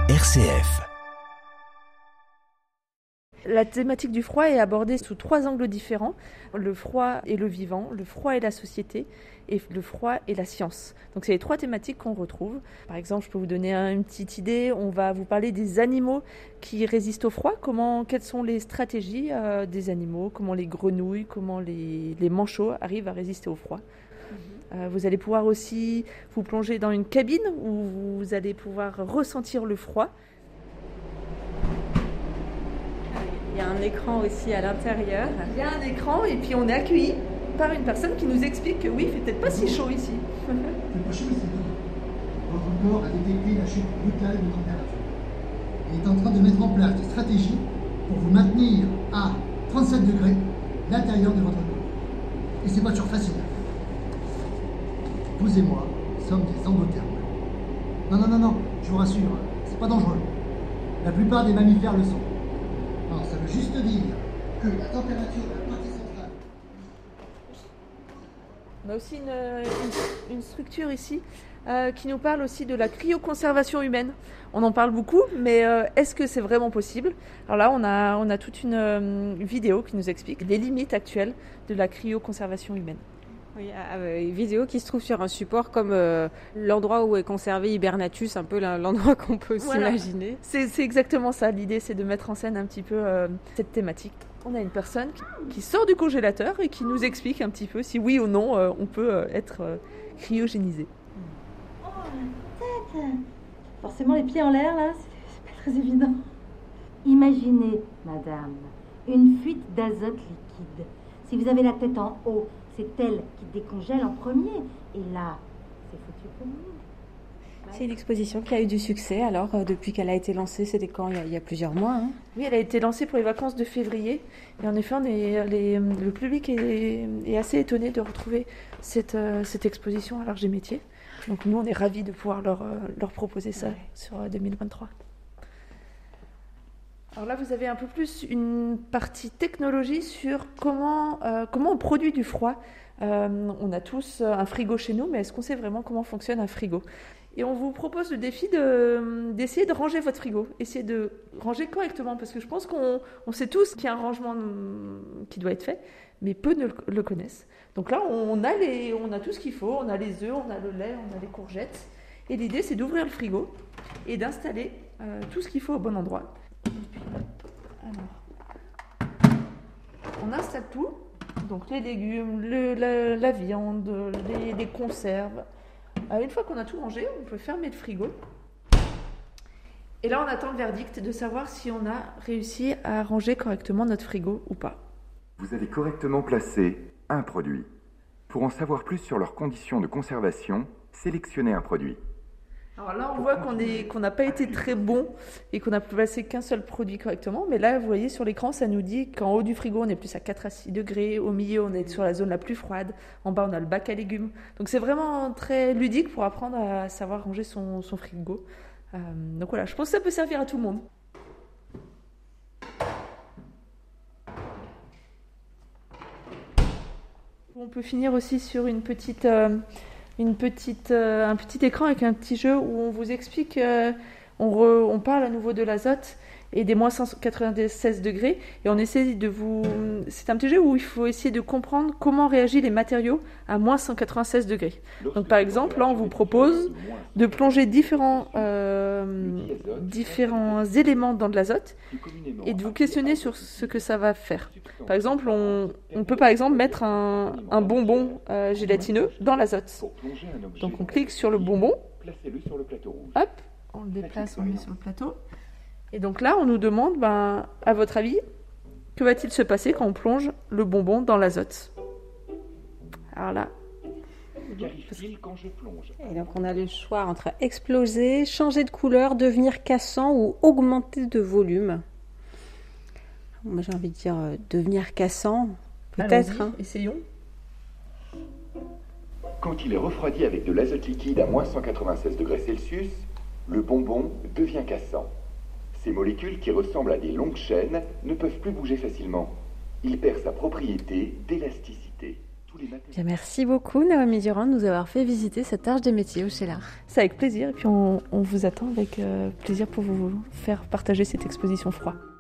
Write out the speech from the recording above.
RCF. La thématique du froid est abordée sous 3 angles différents. Le froid et le vivant, le froid et la société, et le froid et la science. Donc c'est les 3 thématiques qu'on retrouve. Par exemple, je peux vous donner une petite idée. On va vous parler des animaux qui résistent au froid. Quelles sont les stratégies des animaux, comment les grenouilles, comment les manchots arrivent à résister au froid. Vous allez pouvoir aussi vous plonger dans une cabine où vous allez pouvoir ressentir le froid. Il y a un écran aussi à l'intérieur. Il y a un écran et puis on est accueilli par une personne qui nous explique que oui, il fait peut-être pas si chaud ici. C'est pas chaud, c'est bien. Votre corps a détecté la chute brutale de température. Il est en train de mettre en place des stratégies pour vous maintenir à 37 degrés l'intérieur de votre corps. Et c'est pas toujours facile. Vous et moi sommes des endothermes. Non, je vous rassure, c'est pas dangereux. La plupart des mammifères le sont. Non, ça veut juste dire que la température de la partie centrale... On a aussi une structure ici qui nous parle aussi de la cryoconservation humaine. On en parle beaucoup, mais est-ce que c'est vraiment possible ? Alors là, on a toute une vidéo qui nous explique les limites actuelles de la cryoconservation humaine. Oui, une vidéo qui se trouve sur un support comme l'endroit où est conservé Hibernatus, un peu l'endroit qu'on peut s'imaginer. C'est exactement ça, l'idée c'est de mettre en scène un petit peu cette thématique. On a une personne qui sort du congélateur et qui nous explique un petit peu si oui ou non on peut être cryogénisé. Oh, la tête ! Forcément les pieds en l'air là, c'est pas très évident. Imaginez, madame, une fuite d'azote liquide. Si vous avez la tête en haut, c'est elle qui décongèle en premier. Et là, c'est foutu pour nous. C'est une exposition qui a eu du succès. Alors, depuis qu'elle a été lancée, c'était quand ? Il y a plusieurs mois. Hein. Oui, elle a été lancée pour les vacances de février. Et en effet, le public est assez étonné de retrouver cette exposition à l'Arche des Métiers. Donc nous, on est ravis de pouvoir leur proposer ça sur 2023. Alors là, vous avez un peu plus une partie technologie sur comment on produit du froid. On a tous un frigo chez nous, mais est-ce qu'on sait vraiment comment fonctionne un frigo ? Et on vous propose le défi d'essayer de ranger votre frigo, essayer de ranger correctement, parce que je pense qu'on sait tous qu'il y a un rangement qui doit être fait, mais peu ne le connaissent. Donc là, on a tout ce qu'il faut, on a les œufs, on a le lait, on a les courgettes. Et l'idée, c'est d'ouvrir le frigo et d'installer tout ce qu'il faut au bon endroit. Alors, on installe tout, donc les légumes, la viande, les conserves. Une fois qu'on a tout rangé, on peut fermer le frigo. Et là, on attend le verdict de savoir si on a réussi à ranger correctement notre frigo ou pas. Vous avez correctement placé un produit. Pour en savoir plus sur leurs conditions de conservation, sélectionnez un produit. Alors là, on voit qu'on n'a pas été très bon et qu'on n'a placé qu'un seul produit correctement. Mais là, vous voyez sur l'écran, ça nous dit qu'en haut du frigo, on est plus à 4 à 6 degrés. Au milieu, on est sur la zone la plus froide. En bas, on a le bac à légumes. Donc c'est vraiment très ludique pour apprendre à savoir ranger son frigo. Donc voilà, je pense que ça peut servir à tout le monde. On peut finir aussi sur un petit écran avec un petit jeu où on vous explique, on parle à nouveau de l'azote et des moins 196 degrés et on essaie c'est un petit jeu où il faut essayer de comprendre comment réagissent les matériaux à moins 196 degrés. Donc par exemple, là on vous propose de plonger différents éléments dans de l'azote et de vous questionner sur ce que ça va faire. Par exemple, on peut par exemple mettre un bonbon gélatineux dans l'azote. Donc on clique sur le bonbon, hop, on le déplace, on le met sur le plateau. Et donc là, on nous demande, à votre avis, que va-t-il se passer quand on plonge le bonbon dans l'azote ? Alors là... quand je plonge. Et donc on a le choix entre exploser, changer de couleur, devenir cassant ou augmenter de volume. Moi j'ai envie de dire devenir cassant, peut-être. Allons-y, essayons. Quand il est refroidi avec de l'azote liquide à moins 196 degrés Celsius, le bonbon devient cassant. Ces molécules qui ressemblent à des longues chaînes ne peuvent plus bouger facilement. Il perd sa propriété d'élasticité. tous les matériaux. Bien, merci beaucoup Naomi Durand de nous avoir fait visiter cette arche des métiers au Cheylard. C'est avec plaisir et puis on vous attend avec plaisir pour vous faire partager cette exposition froid.